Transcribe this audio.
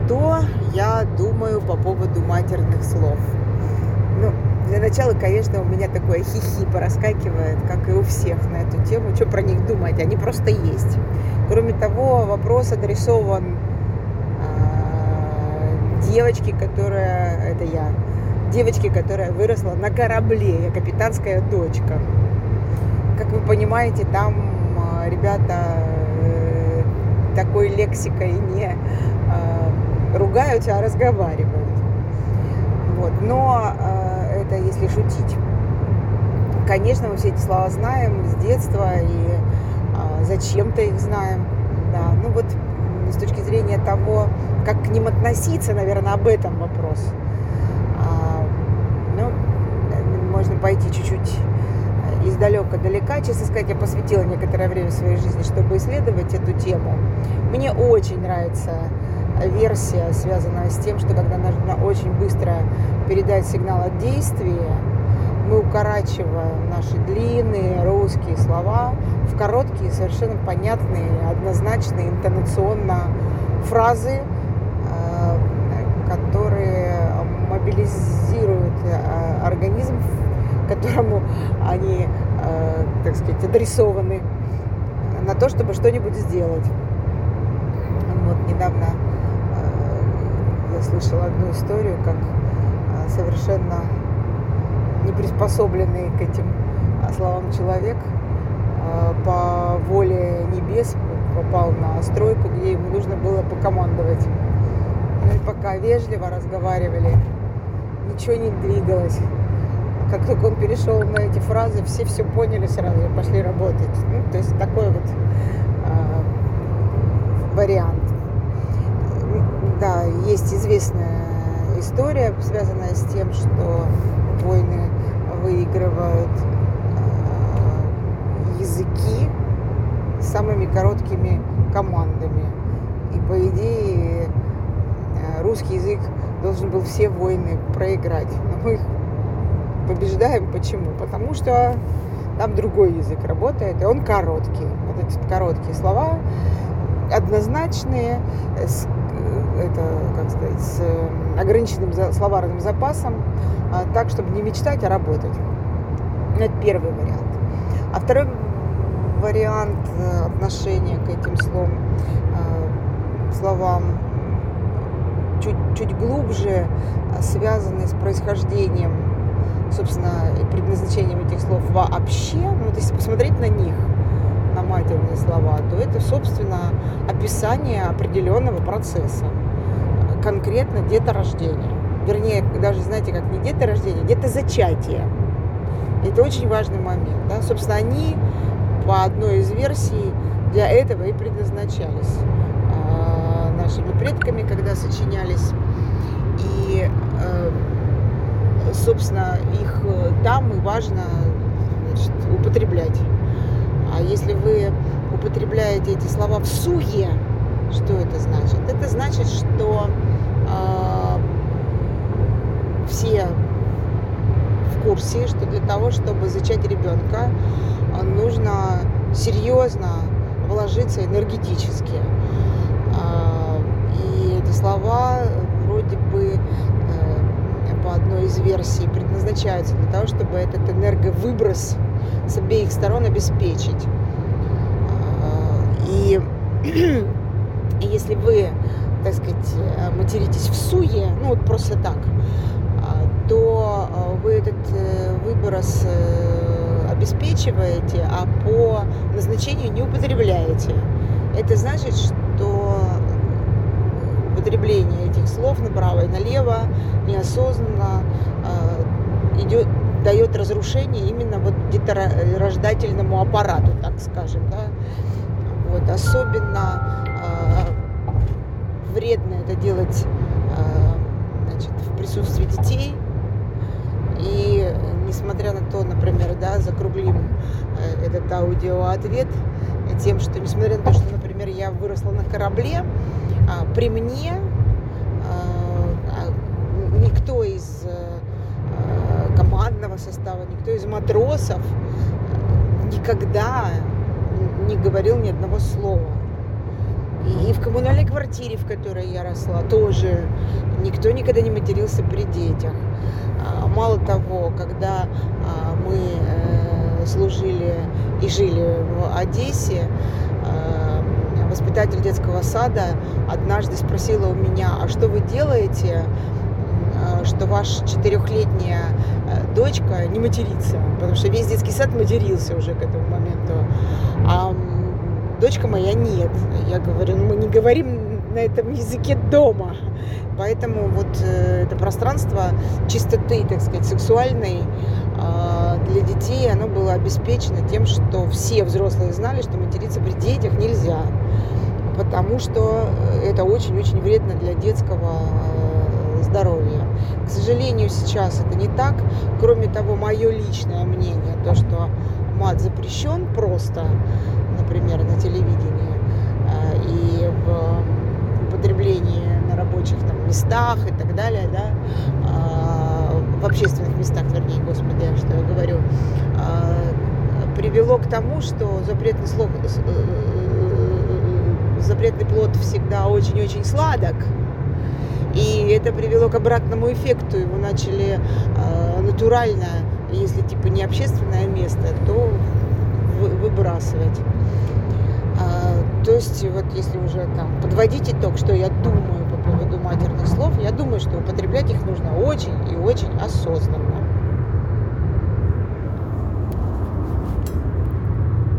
Что я думаю по поводу матерных слов? Ну, для начала, конечно, у меня такое хихи проскакивает, как и у всех на эту тему. Что про них думать? Они просто есть. Кроме того, вопрос адресован девочке, которая выросла на корабле. Я капитанская дочка. Как вы понимаете, там ребята такой лексикой не ругаются, а разговаривают. Вот. Но это если шутить. Конечно, мы все эти слова знаем с детства и зачем-то их знаем. Да. Ну вот с точки зрения того, как к ним относиться, наверное, об этом вопрос. Можно пойти чуть-чуть издалека-далека. Честно сказать, я посвятила некоторое время своей жизни, чтобы исследовать эту тему. Мне очень нравится версия, связанная с тем, что когда нужно очень быстро передать сигнал о действии, мы укорачиваем наши длинные русские слова в короткие, совершенно понятные, однозначные, интонационно фразы, которые мобилизируют организм, которому они, так сказать, адресованы на то, чтобы что-нибудь сделать. Вот недавно я слышала одну историю, как совершенно не приспособленный к этим словам человек по воле небес попал на стройку, где ему нужно было покомандовать. Ну и пока вежливо разговаривали, ничего не двигалось. Как только он перешел на эти фразы, все поняли сразу и пошли работать. Ну, то есть такой вот вариант. Да, есть известная история, связанная с тем, что войны выигрывают языки самыми короткими командами. И по идее русский язык должен был все войны проиграть. Но мы их побеждаем. Почему? Потому что там другой язык работает, и он короткий. Вот эти короткие слова, однозначные, с ограниченным словарным запасом, так, чтобы не мечтать, а работать. Это первый вариант. А второй вариант отношения к этим словам чуть глубже, связанный с происхождением, собственно, и предназначением этих слов вообще. Ну, вот если посмотреть на них, на матерные слова, то это, собственно, описание определенного процесса, конкретно деторождения. Вернее, даже, знаете, как не деторождение, детозачатие. Это очень важный момент. Да? Собственно, они по одной из версий для этого и предназначались нашими предками, когда сочинялись. И, собственно, их там и важно, значит, употреблять. А если вы употребляете эти слова всуе, что это значит? Это значит, что все в курсе, что для того, чтобы зачать ребенка, нужно серьезно вложиться энергетически. И эти слова вроде бы по одной из версий предназначаются для того, чтобы этот энерговыброс с обеих сторон обеспечить. И если вы, так сказать, материтесь всуе, ну вот просто так, то вы этот выброс обеспечиваете, а по назначению не употребляете. Это значит, что употребление этих слов направо и налево неосознанно дает разрушение именно вот деторождательному аппарату, так скажем, да. Вот. Особенно вредно это делать значит, в присутствии детей. И несмотря на то, например, да, закруглим этот аудиоответ тем, что несмотря на то, что, например, я выросла на корабле, при мне никто из командного состава, никто из матросов никогда не говорил ни одного слова. И в коммунальной квартире, в которой я росла, тоже никто никогда не матерился при детях. Мало того, когда мы служили и жили в Одессе, воспитатель детского сада однажды спросила у меня: а что вы делаете, что ваша 4-летняя дочка не матерится? Потому что весь детский сад матерился уже к этому моменту. А дочка моя нет. Я говорю, мы не говорим на этом языке дома. Поэтому вот это пространство чистоты, так сказать, сексуальной для детей, оно было обеспечено тем, что все взрослые знали, что материться при детях нельзя. Потому что это очень-очень вредно для детского здоровья. К сожалению, сейчас это не так. Кроме того, мое личное мнение, то, что мат запрещен просто, например, на телевидении и в употреблении на рабочих местах и так далее, да, в общественных местах, вернее, господи, что я говорю, привело к тому, что запретный плод всегда очень-очень сладок. И это привело к обратному эффекту. Его начали натурально, если типа не общественное место, то выбрасывать. То есть вот если уже подводить итог, что я думаю по поводу матерных слов, я думаю, что употреблять их нужно очень и очень осознанно.